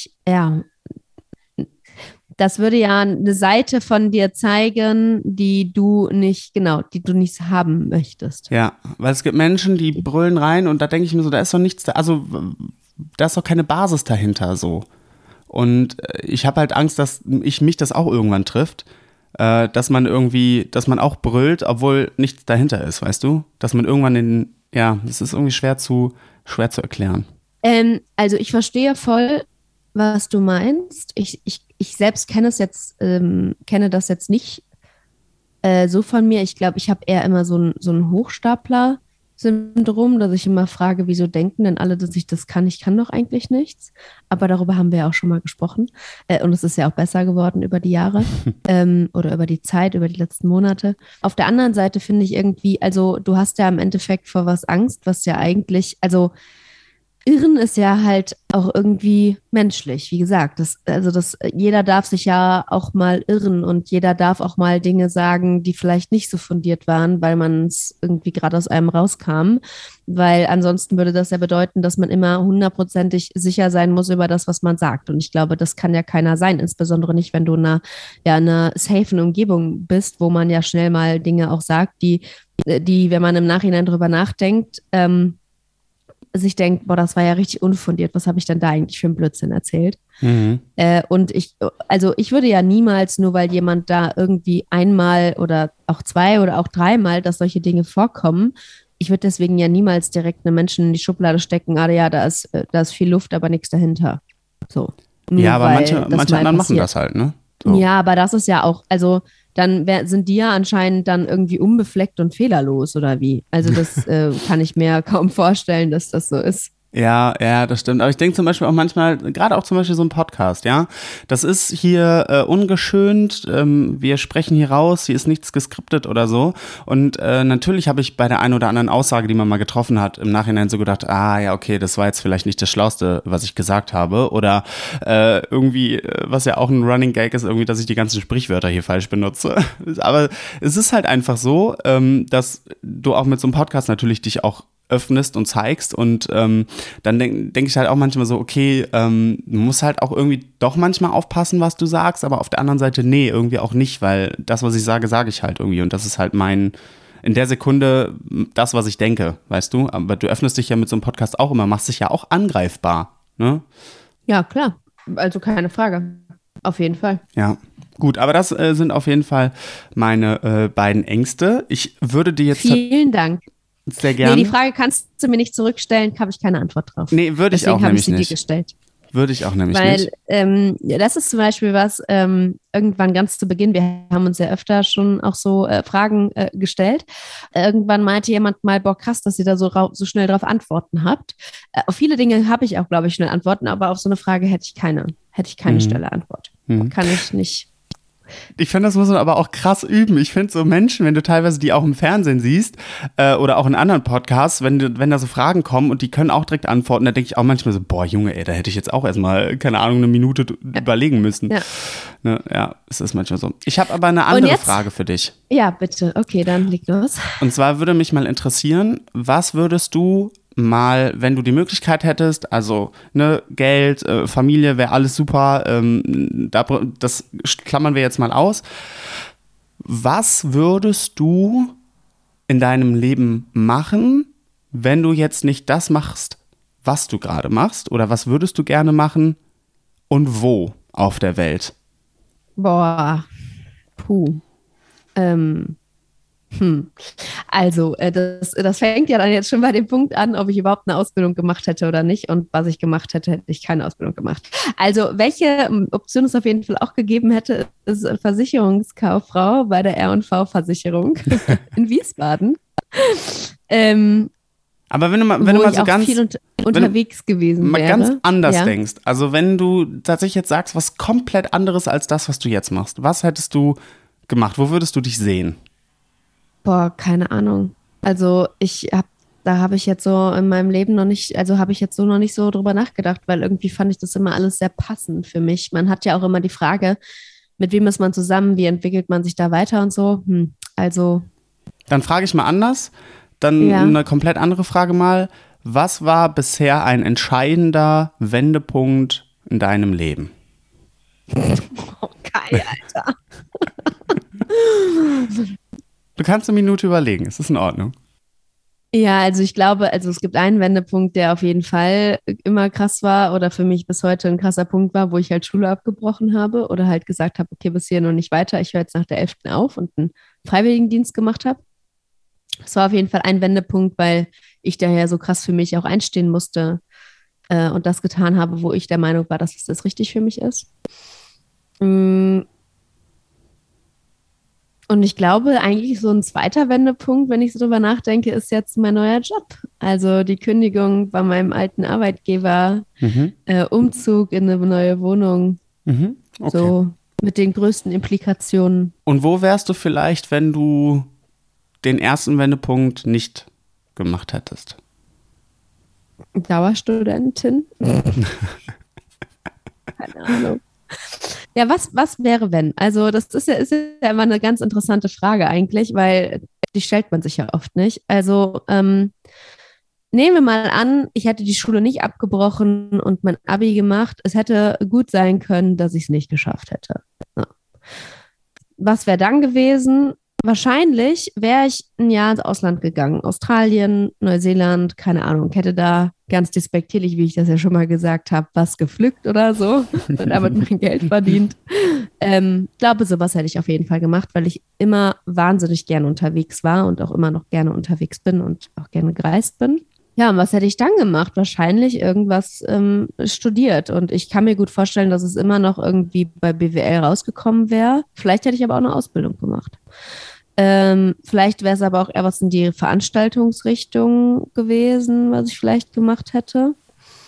das würde ja eine Seite von dir zeigen, die du nicht haben möchtest. Ja, weil es gibt Menschen, die brüllen rein und da denke ich mir so, da ist doch nichts, also da ist doch keine Basis dahinter so. Und ich habe halt Angst, dass mich das auch irgendwann trifft, dass man auch brüllt, obwohl nichts dahinter ist, weißt du? Dass man irgendwann das ist irgendwie schwer zu erklären. Also ich verstehe voll, was du meinst. Ich selbst kenne das jetzt nicht so von mir. Ich glaube, ich habe eher immer so ein Hochstapler-Syndrom, dass ich immer frage, wieso denken denn alle, dass ich das kann? Ich kann doch eigentlich nichts. Aber darüber haben wir ja auch schon mal gesprochen. Und es ist ja auch besser geworden über die Jahre oder über die Zeit, über die letzten Monate. Auf der anderen Seite finde ich irgendwie, also du hast ja im Endeffekt vor was Angst, was ja eigentlich, also Irren ist ja halt auch irgendwie menschlich, wie gesagt. Jeder darf sich ja auch mal irren und jeder darf auch mal Dinge sagen, die vielleicht nicht so fundiert waren, weil man es irgendwie gerade aus einem rauskam. Weil ansonsten würde das ja bedeuten, dass man immer 100%ig sicher sein muss über das, was man sagt. Und ich glaube, das kann ja keiner sein, insbesondere nicht, wenn du in einer safen Umgebung bist, wo man ja schnell mal Dinge auch sagt, die, wenn man im Nachhinein drüber nachdenkt, sich denkt, boah, das war ja richtig unfundiert, was habe ich denn da eigentlich für einen Blödsinn erzählt? Mhm. Und ich würde ja niemals, nur weil jemand da irgendwie einmal oder auch zwei oder auch dreimal, dass solche Dinge vorkommen, ich würde deswegen ja niemals direkt einen Menschen in die Schublade stecken, ja, da ist viel Luft, aber nichts dahinter. So. Ja, aber manche anderen machen das halt, ne? So. Ja, aber das ist ja auch, also dann sind die ja anscheinend dann irgendwie unbefleckt und fehlerlos oder wie? Also das kann ich mir kaum vorstellen, dass das so ist. Ja, das stimmt. Aber ich denke zum Beispiel auch manchmal, gerade auch zum Beispiel so ein Podcast, ja, das ist hier ungeschönt, wir sprechen hier raus, hier ist nichts geskriptet oder so. Und natürlich habe ich bei der einen oder anderen Aussage, die man mal getroffen hat, im Nachhinein so gedacht, ja, okay, das war jetzt vielleicht nicht das Schlauste, was ich gesagt habe. Oder irgendwie, was ja auch ein Running Gag ist, irgendwie, dass ich die ganzen Sprichwörter hier falsch benutze. Aber es ist halt einfach so, dass du auch mit so einem Podcast natürlich dich auch öffnest und zeigst und dann denk ich halt auch manchmal so, okay, du musst halt auch irgendwie doch manchmal aufpassen, was du sagst, aber auf der anderen Seite, nee, irgendwie auch nicht, weil das, was ich sage, sage ich halt irgendwie und das ist halt in der Sekunde das, was ich denke, weißt du, aber du öffnest dich ja mit so einem Podcast auch immer, machst dich ja auch angreifbar, ne? Ja, klar, also keine Frage, auf jeden Fall. Ja. Gut, aber das sind auf jeden Fall meine beiden Ängste. Ich würde dir jetzt... Vielen Dank. Sehr gerne. Nee, die Frage kannst du mir nicht zurückstellen, habe ich keine Antwort drauf. Nee, würde ich auch nämlich nicht. Deswegen habe ich sie dir gestellt. Würde ich auch nämlich nicht. Weil das ist zum Beispiel was, irgendwann ganz zu Beginn, wir haben uns ja öfter schon auch so Fragen gestellt. Irgendwann meinte jemand mal, boah, krass, dass ihr da so schnell drauf Antworten habt. Auf viele Dinge habe ich auch, glaube ich, schnell Antworten, aber auf so eine Frage hätte ich keine schnelle Antwort. Kann ich nicht. Ich finde, das muss man aber auch krass üben. Ich finde so Menschen, wenn du teilweise die auch im Fernsehen siehst oder auch in anderen Podcasts, wenn da so Fragen kommen und die können auch direkt antworten, da denke ich auch manchmal so, boah Junge, ey, da hätte ich jetzt auch erstmal, keine Ahnung, eine Minute überlegen müssen. Ja. Ne, ja, es ist manchmal so. Ich habe aber eine andere Frage für dich. Ja, bitte. Okay, dann leg los. Und zwar würde mich mal interessieren, was würdest du mal, wenn du die Möglichkeit hättest, also Geld, Familie, wäre alles super, das klammern wir jetzt mal aus. Was würdest du in deinem Leben machen, wenn du jetzt nicht das machst, was du gerade machst? Oder was würdest du gerne machen und wo auf der Welt? Boah, puh. Also, das fängt ja dann jetzt schon bei dem Punkt an, ob ich überhaupt eine Ausbildung gemacht hätte oder nicht. Und was ich gemacht hätte, hätte ich keine Ausbildung gemacht. Also, welche Option es auf jeden Fall auch gegeben hätte, ist Versicherungskauffrau bei der R&V-Versicherung in Wiesbaden. Aber wenn du mal wo ich so auch ganz viel unterwegs gewesen mal wäre. ganz anders Ja. denkst, also wenn du tatsächlich jetzt sagst, was komplett anderes als das, was du jetzt machst, was hättest du gemacht? Wo würdest du dich sehen? Boah, keine Ahnung. Also da habe ich jetzt so in meinem Leben noch nicht, also habe ich jetzt so noch nicht so drüber nachgedacht, weil irgendwie fand ich das immer alles sehr passend für mich. Man hat ja auch immer die Frage, mit wem ist man zusammen, wie entwickelt man sich da weiter und so. Also, Dann frage ich mal anders, dann Ja. eine komplett andere Frage mal. Was war bisher ein entscheidender Wendepunkt in deinem Leben? oh, geil, Alter. Du kannst eine Minute überlegen, ist das in Ordnung? Ja, also ich glaube, also es gibt einen Wendepunkt, der auf jeden Fall immer krass war oder für mich bis heute ein krasser Punkt war, wo ich halt Schule abgebrochen habe oder halt gesagt habe, okay, bis hier und nicht weiter. Ich höre jetzt nach der 11. auf und einen Freiwilligendienst gemacht habe. Das war auf jeden Fall ein Wendepunkt, weil ich daher so krass für mich auch einstehen musste und das getan habe, wo ich der Meinung war, dass es das richtig für mich ist. Mm, Und ich glaube, eigentlich so ein zweiter Wendepunkt, wenn ich so drüber nachdenke, ist jetzt mein neuer Job. Also die Kündigung bei meinem alten Arbeitgeber, Umzug in eine neue Wohnung, Mhm. Okay. so mit den größten Implikationen. Und wo wärst du vielleicht, wenn du den ersten Wendepunkt nicht gemacht hättest? Dauerstudentin? Keine Ahnung. Ja, was wäre, wenn? Also, das ist ja immer eine ganz interessante Frage eigentlich, weil die stellt man sich ja oft nicht. Also, nehmen wir mal an, ich hätte die Schule nicht abgebrochen und mein Abi gemacht. Es hätte gut sein können, dass ich es nicht geschafft hätte. Ja. Was wäre dann gewesen? Wahrscheinlich wäre ich ein Jahr ins Ausland gegangen. Australien, Neuseeland, keine Ahnung. Hätte da ganz despektierlich, wie ich das ja schon mal gesagt habe, was gepflückt oder so und damit mein Geld verdient. Glaube, sowas hätte ich auf jeden Fall gemacht, weil ich immer wahnsinnig gerne unterwegs war und auch immer noch gerne unterwegs bin und auch gerne gereist bin. Ja, und was hätte ich dann gemacht? Wahrscheinlich irgendwas studiert. Und ich kann mir gut vorstellen, dass es immer noch irgendwie bei BWL rausgekommen wäre. Vielleicht hätte ich aber auch eine Ausbildung gemacht. Vielleicht wäre es aber auch eher was in die Veranstaltungsrichtung gewesen, was ich vielleicht gemacht hätte.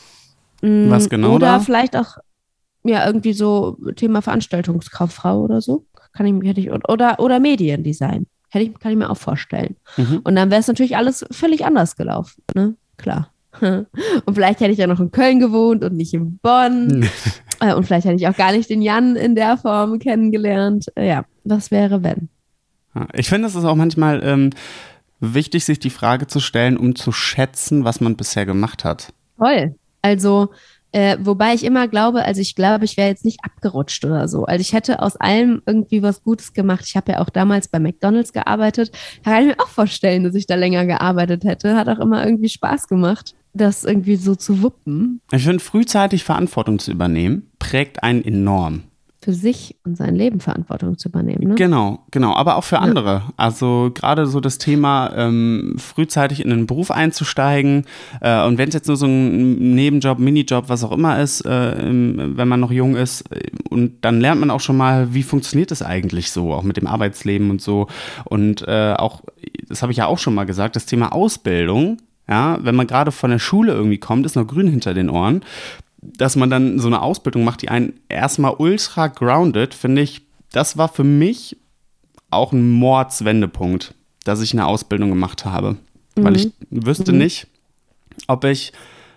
Was genau Oder da? vielleicht auch ja irgendwie so Thema Veranstaltungskauffrau oder so. Hätte ich, oder Mediendesign. Kann ich mir auch vorstellen. Mhm. Und dann wäre es natürlich alles völlig anders gelaufen, ne? Klar. Und vielleicht hätte ich ja noch in Köln gewohnt und nicht in Bonn. Und vielleicht hätte ich auch gar nicht den Jan in der Form kennengelernt. Ja, was wäre, wenn? Ja, ich finde, es ist auch manchmal wichtig, sich die Frage zu stellen, um zu schätzen, was man bisher gemacht hat. Toll. Also, wobei ich immer glaube, also ich glaube, ich wäre jetzt nicht abgerutscht oder so. Also ich hätte aus allem irgendwie was Gutes gemacht. Ich habe ja auch damals bei McDonald's gearbeitet. Da kann ich mir auch vorstellen, dass ich da länger gearbeitet hätte. Hat auch immer irgendwie Spaß gemacht, das irgendwie so zu wuppen. Ich finde, frühzeitig Verantwortung zu übernehmen, prägt einen enorm. Für sich und sein Leben Verantwortung zu übernehmen, ne? Genau, aber auch für andere. Also gerade so das Thema, frühzeitig in einen Beruf einzusteigen und wenn es jetzt nur so ein Nebenjob, Minijob, was auch immer ist, wenn man noch jung ist und dann lernt man auch schon mal, wie funktioniert das eigentlich so, auch mit dem Arbeitsleben und so und auch, das habe ich ja auch schon mal gesagt, das Thema Ausbildung, ja, wenn man gerade von der Schule irgendwie kommt, ist noch grün hinter den Ohren, dass man dann so eine Ausbildung macht, die einen erstmal ultra grounded, finde ich, das war für mich auch ein Mordswendepunkt, dass ich eine Ausbildung gemacht habe. Weil ich wüsste nicht, ob ich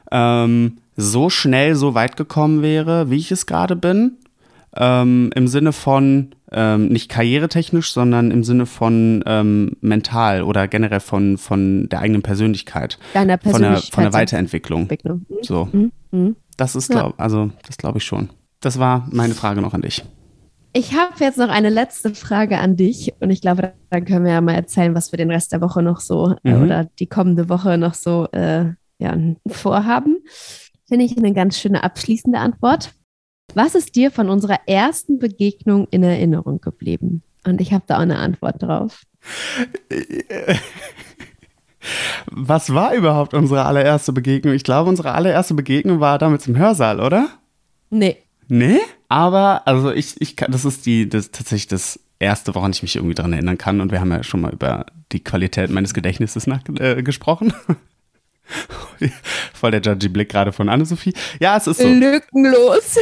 so schnell so weit gekommen wäre, wie ich es gerade bin. Im Sinne von, nicht karrieretechnisch, sondern im Sinne von mental oder generell von der eigenen Persönlichkeit. Deiner Persönlichkeit. Von der Weiterentwicklung. So. Das ist, das glaube ich schon. Das war meine Frage noch an dich. Ich habe jetzt noch eine letzte Frage an dich und ich glaube, dann können wir ja mal erzählen, was wir den Rest der Woche noch so oder die kommende Woche noch so vorhaben. Finde ich eine ganz schöne abschließende Antwort. Was ist dir von unserer ersten Begegnung in Erinnerung geblieben? Und ich habe da auch eine Antwort drauf. Was war überhaupt unsere allererste Begegnung? Ich glaube, unsere allererste Begegnung war damals im Hörsaal, oder? Nee. Nee? Aber, also das ist tatsächlich das erste, woran ich mich irgendwie daran erinnern kann. Und wir haben ja schon mal über die Qualität meines Gedächtnisses gesprochen. Voll der judgy Blick gerade von Anne-Sophie. Ja, es ist so. Lückenlos.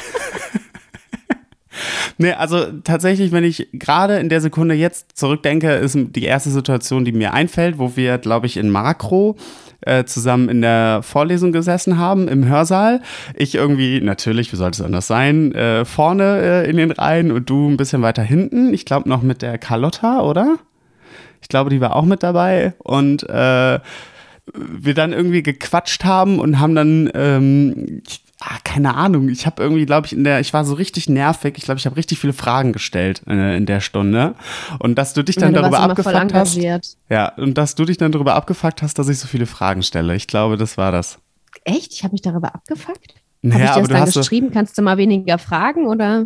Nee, also tatsächlich, wenn ich gerade in der Sekunde jetzt zurückdenke, ist die erste Situation, die mir einfällt, wo wir, glaube ich, in Makro zusammen in der Vorlesung gesessen haben, im Hörsaal. Ich irgendwie, natürlich, wie sollte es anders sein, vorne in den Reihen und du ein bisschen weiter hinten. Ich glaube noch mit der Carlotta, oder? Ich glaube, die war auch mit dabei und wir dann irgendwie gequatscht haben und haben dann, keine Ahnung, ich habe irgendwie, glaube ich, ich war so richtig nervig. Ich glaube, ich habe richtig viele Fragen gestellt in der Stunde. Und dass du dich dann darüber abgefuckt hast. Ja, und dass du dich dann darüber abgefuckt hast, dass ich so viele Fragen stelle. Ich glaube, das war das. Echt? Ich habe mich darüber abgefuckt? Naja, habe ich dir aber das dann geschrieben? Kannst du mal weniger fragen, oder?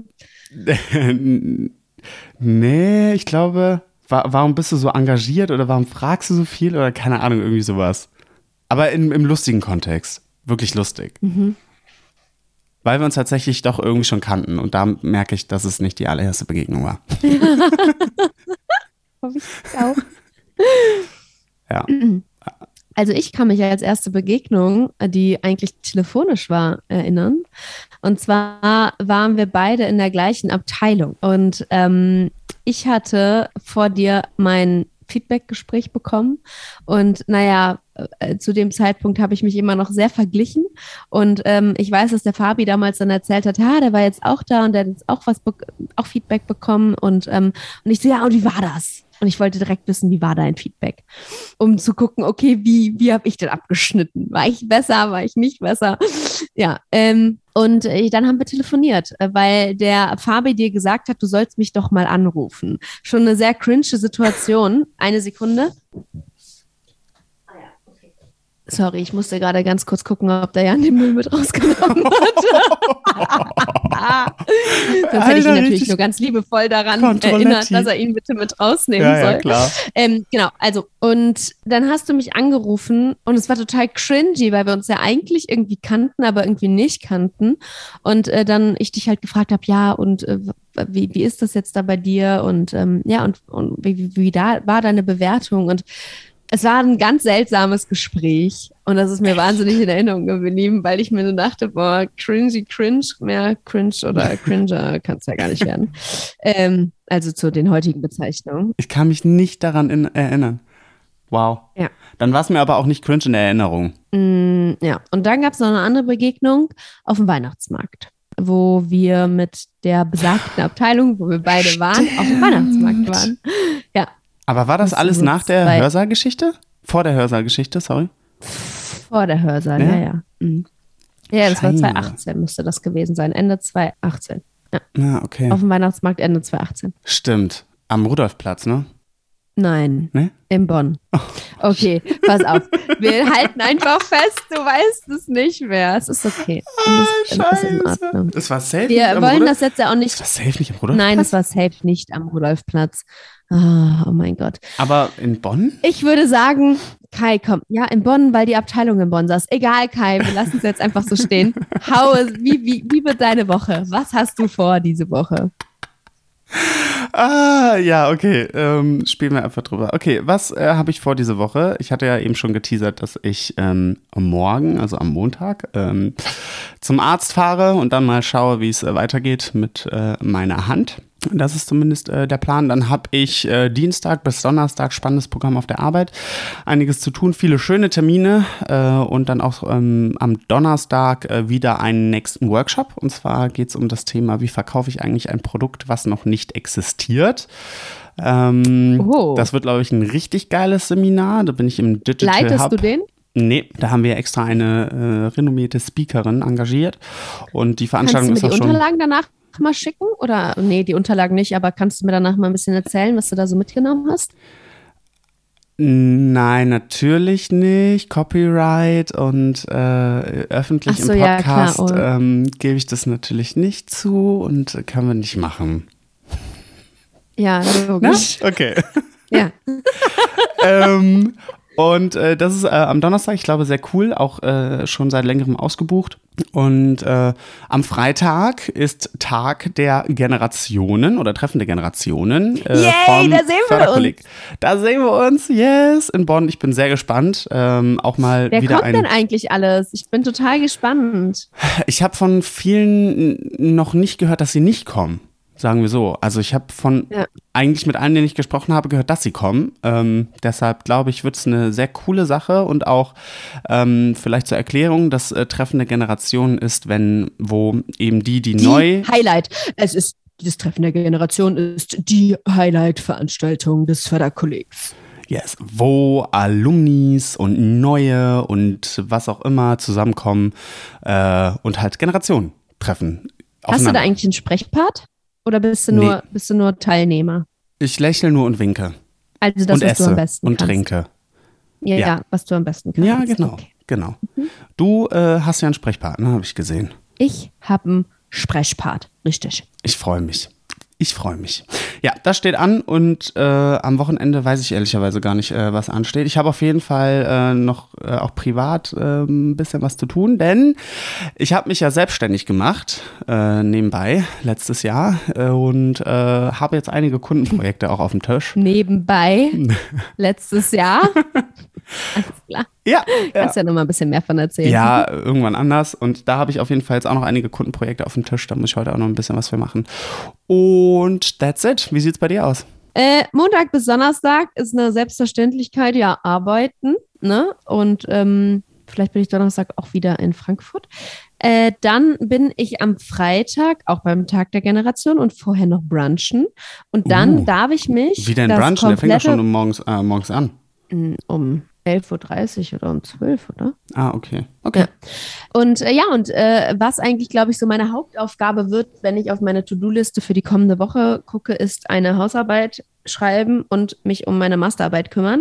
Nee, ich glaube, warum bist du so engagiert oder warum fragst du so viel oder keine Ahnung, irgendwie sowas. Aber im lustigen Kontext. Wirklich lustig. Mhm. Weil wir uns tatsächlich doch irgendwie schon kannten. Und da merke ich, dass es nicht die allererste Begegnung war. Hoffe ich auch. Ja. Also ich kann mich ja als erste Begegnung, die eigentlich telefonisch war, erinnern. Und zwar waren wir beide in der gleichen Abteilung. Und ich hatte vor dir mein Feedback-Gespräch bekommen. Und naja, zu dem Zeitpunkt habe ich mich immer noch sehr verglichen. Und ich weiß, dass der Fabi damals dann erzählt hat, der war jetzt auch da und der hat jetzt auch auch Feedback bekommen. Und ich so, ja, und wie war das? Und ich wollte direkt wissen, wie war dein Feedback? Um zu gucken, okay, wie habe ich denn abgeschnitten? War ich besser? War ich nicht besser? Ja, und dann haben wir telefoniert, weil der Fabi dir gesagt hat, du sollst mich doch mal anrufen. Schon eine sehr cringe Situation. Eine Sekunde. Sorry, ich musste gerade ganz kurz gucken, ob der Jan den Müll mit rausgenommen hat. Sonst hätte ich ihn natürlich nur ganz liebevoll daran erinnert, dass er ihn bitte mit rausnehmen soll. Ja, klar. Genau, also, und dann hast du mich angerufen und es war total cringy, weil wir uns ja eigentlich irgendwie kannten, aber irgendwie nicht kannten. Und dann ich dich halt gefragt habe, ja, und wie ist das jetzt da bei dir? Und ja, und wie da war deine Bewertung? Und es war ein ganz seltsames Gespräch und das ist mir wahnsinnig in Erinnerung geblieben, weil ich mir so dachte, boah, cringe, mehr cringe oder cringer kann es ja gar nicht werden. Also zu den heutigen Bezeichnungen. Ich kann mich nicht daran erinnern. Wow. Ja. Dann war es mir aber auch nicht cringe in der Erinnerung. Ja, und dann gab es noch eine andere Begegnung auf dem Weihnachtsmarkt, wo wir mit der besagten Abteilung, wo wir beide waren, auf dem Weihnachtsmarkt waren. Ja. Aber war das alles nach der Hörsaalgeschichte? Vor der Hörsaalgeschichte, sorry? Vor der Hörsaal, ja. Mhm. Ja, das war 2018, müsste das gewesen sein. Ende 2018. Ja. Ah, okay. Auf dem Weihnachtsmarkt Ende 2018. Stimmt. Am Rudolfplatz, ne? Nein, ne? In Bonn. Okay, pass auf. Wir halten einfach fest, du weißt es nicht mehr. Es ist okay. Das ist in Ordnung. Das war safe nicht am Rudolfplatz. Wir wollen das jetzt ja auch nicht. Das war safe nicht am Rudolfplatz? Nein, es war safe nicht am Rudolfplatz. Oh mein Gott. Aber in Bonn? Ich würde sagen, Kai, komm. Ja, in Bonn, weil die Abteilung in Bonn saß. Egal, Kai, wir lassen es jetzt einfach so stehen. Wie wird deine Woche? Was hast du vor diese Woche? Ja, okay. Spielen wir einfach drüber. Okay, was habe ich vor diese Woche? Ich hatte ja eben schon geteasert, dass ich morgen, also am Montag, zum Arzt fahre und dann mal schaue, wie es weitergeht mit meiner Hand. Das ist zumindest der Plan. Dann habe ich Dienstag bis Donnerstag spannendes Programm auf der Arbeit. Einiges zu tun, viele schöne Termine und dann auch am Donnerstag wieder einen nächsten Workshop. Und zwar geht es um das Thema, wie verkaufe ich eigentlich ein Produkt, was noch nicht existiert. Das wird, glaube ich, ein richtig geiles Seminar. Da bin ich im Digital Hub. Leitest du den? Nee, da haben wir extra eine renommierte Speakerin engagiert. Und die Veranstaltung ist auch schon... Kannst du mir die Unterlagen danach mal schicken? Oder, nee, die Unterlagen nicht, aber kannst du mir danach mal ein bisschen erzählen, was du da so mitgenommen hast? Nein, natürlich nicht. Copyright und öffentlich im Podcast gebe ich das natürlich nicht zu und können wir nicht machen. Ja, logisch. Na? Okay. Ja. Und das ist am Donnerstag, ich glaube, sehr cool, auch schon seit längerem ausgebucht. Und am Freitag ist Tag der Generationen oder Treffen der Generationen. Yay, da sehen wir uns. Da sehen wir uns, yes, in Bonn. Ich bin sehr gespannt. Auch mal Wer wieder kommt denn eigentlich alles? Ich bin total gespannt. Ich habe von vielen noch nicht gehört, dass sie nicht kommen. Sagen wir so. Also ich habe eigentlich mit allen, denen ich gesprochen habe, gehört, dass sie kommen. Deshalb glaube ich, wird es eine sehr coole Sache und auch vielleicht zur Erklärung, das Treffen der Generation ist, wo eben die neu... Highlight. Das Treffen der Generation ist die Highlight-Veranstaltung des Förderkollegs. Yes, wo Alumnis und Neue und was auch immer zusammenkommen und halt Generationen treffen. Hast du da eigentlich einen Sprechpart? Oder bist du nur Teilnehmer? Ich lächle nur und winke. Also das, was du am besten und kannst. trinke. Ja, was du am besten kannst. Ja, genau. Okay. Genau. Du hast ja einen Sprechpartner, habe ich gesehen. Ich habe einen Sprechpart, richtig. Ich freue mich. Ja, das steht an und am Wochenende weiß ich ehrlicherweise gar nicht, was ansteht. Ich habe auf jeden Fall noch auch privat ein bisschen was zu tun, denn ich habe mich ja selbstständig gemacht, nebenbei, letztes Jahr und habe jetzt einige Kundenprojekte auch auf dem Tisch. Nebenbei, letztes Jahr. Alles klar. Ja. Kannst ja noch mal ein bisschen mehr von erzählen. Ja, irgendwann anders. Und da habe ich auf jeden Fall jetzt auch noch einige Kundenprojekte auf dem Tisch. Da muss ich heute auch noch ein bisschen was für machen. Und that's it. Wie sieht's bei dir aus? Montag bis Donnerstag ist eine Selbstverständlichkeit, ja, arbeiten. Ne? Und vielleicht bin ich Donnerstag auch wieder in Frankfurt. Dann bin ich am Freitag auch beim Tag der Generation und vorher noch brunchen. Und dann darf ich mich. Wie denn brunchen? Der fängt ja schon morgens an. Um 11.30 Uhr oder um 12 Uhr, oder? Ah, okay. Ja. Und was eigentlich, glaube ich, so meine Hauptaufgabe wird, wenn ich auf meine To-Do-Liste für die kommende Woche gucke, ist eine Hausarbeit schreiben und mich um meine Masterarbeit kümmern.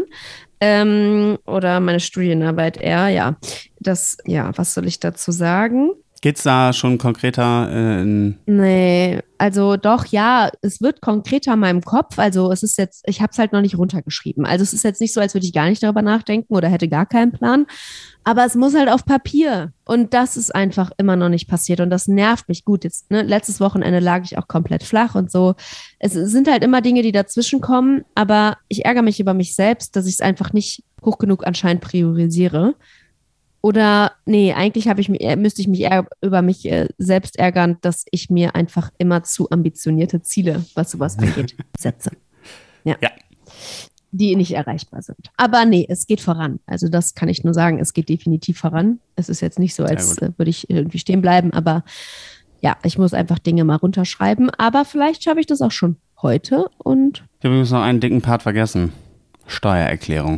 Oder meine Studienarbeit eher, ja. Was soll ich dazu sagen? Geht's da schon konkreter Nee, also doch, ja, es wird konkreter in meinem Kopf. Also es ist jetzt, ich habe es halt noch nicht runtergeschrieben. Also es ist jetzt nicht so, als würde ich gar nicht darüber nachdenken oder hätte gar keinen Plan. Aber es muss halt auf Papier. Und das ist einfach immer noch nicht passiert. Und das nervt mich. Gut, jetzt, ne, letztes Wochenende lag ich auch komplett flach und so. Es sind halt immer Dinge, die dazwischen kommen. Aber ich ärgere mich über mich selbst, dass ich es einfach nicht hoch genug anscheinend priorisiere. Oder, nee, eigentlich müsste ich mich eher über mich selbst ärgern, dass ich mir einfach immer zu ambitionierte Ziele, was sowas angeht, setze. Ja. Die nicht erreichbar sind. Aber nee, es geht voran. Also das kann ich nur sagen, es geht definitiv voran. Es ist jetzt nicht so, als würde ich irgendwie stehen bleiben, aber ja, ich muss einfach Dinge mal runterschreiben. Aber vielleicht schaffe ich das auch schon heute und... Ich habe übrigens noch einen dicken Part vergessen. Steuererklärung.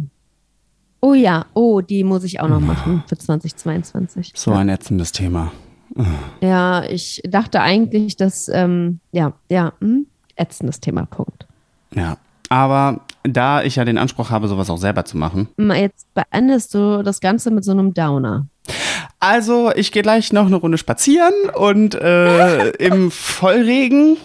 Oh ja, die muss ich auch noch machen für 2022. So ein ätzendes Thema. Ja, ich dachte eigentlich, dass, ätzendes Thema, Punkt. Ja, aber da ich ja den Anspruch habe, sowas auch selber zu machen. Jetzt beendest du das Ganze mit so einem Downer. Also, ich gehe gleich noch eine Runde spazieren und im Vollregen.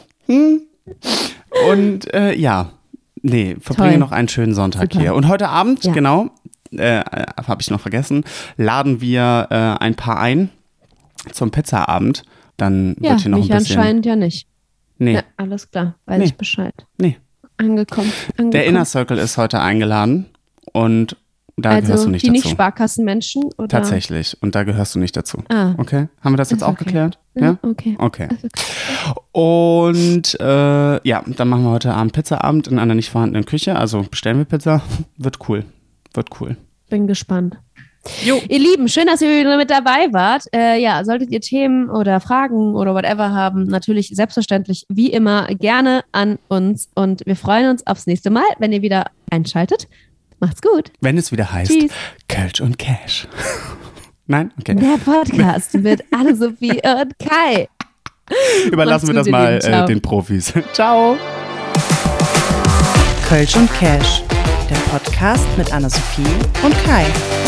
Und verbringe noch einen schönen Sonntag Super. hier. Und heute Abend, genau, habe ich noch vergessen, laden wir ein Paar ein zum Pizzaabend. Dann wird hier noch ein bisschen... mich anscheinend ja nicht. Nee. Ja, alles klar, weiß ich Bescheid. Nee. Angekommen. Der Inner Circle ist heute eingeladen und da gehörst du nicht die dazu. nicht Sparkassenmenschen? Oder? Tatsächlich. Und da gehörst du nicht dazu. Ah. Okay? Haben wir das jetzt auch geklärt? Ja, okay. Okay. Und dann machen wir heute Abend Pizzaabend in einer nicht vorhandenen Küche. Also bestellen wir Pizza. Wird cool. Bin gespannt. Jo. Ihr Lieben, schön, dass ihr wieder mit dabei wart. Solltet ihr Themen oder Fragen oder whatever haben, natürlich selbstverständlich wie immer gerne an uns. Und wir freuen uns aufs nächste Mal, wenn ihr wieder einschaltet. Macht's gut. Wenn es wieder heißt Tschüss. Kölsch und Cash. Nein? Okay. Der Podcast mit Anne-Sophie und Kai. Überlassen wir das mal den Profis. Ciao. Kölsch und Cash, der Podcast mit Anne-Sophie und Kai.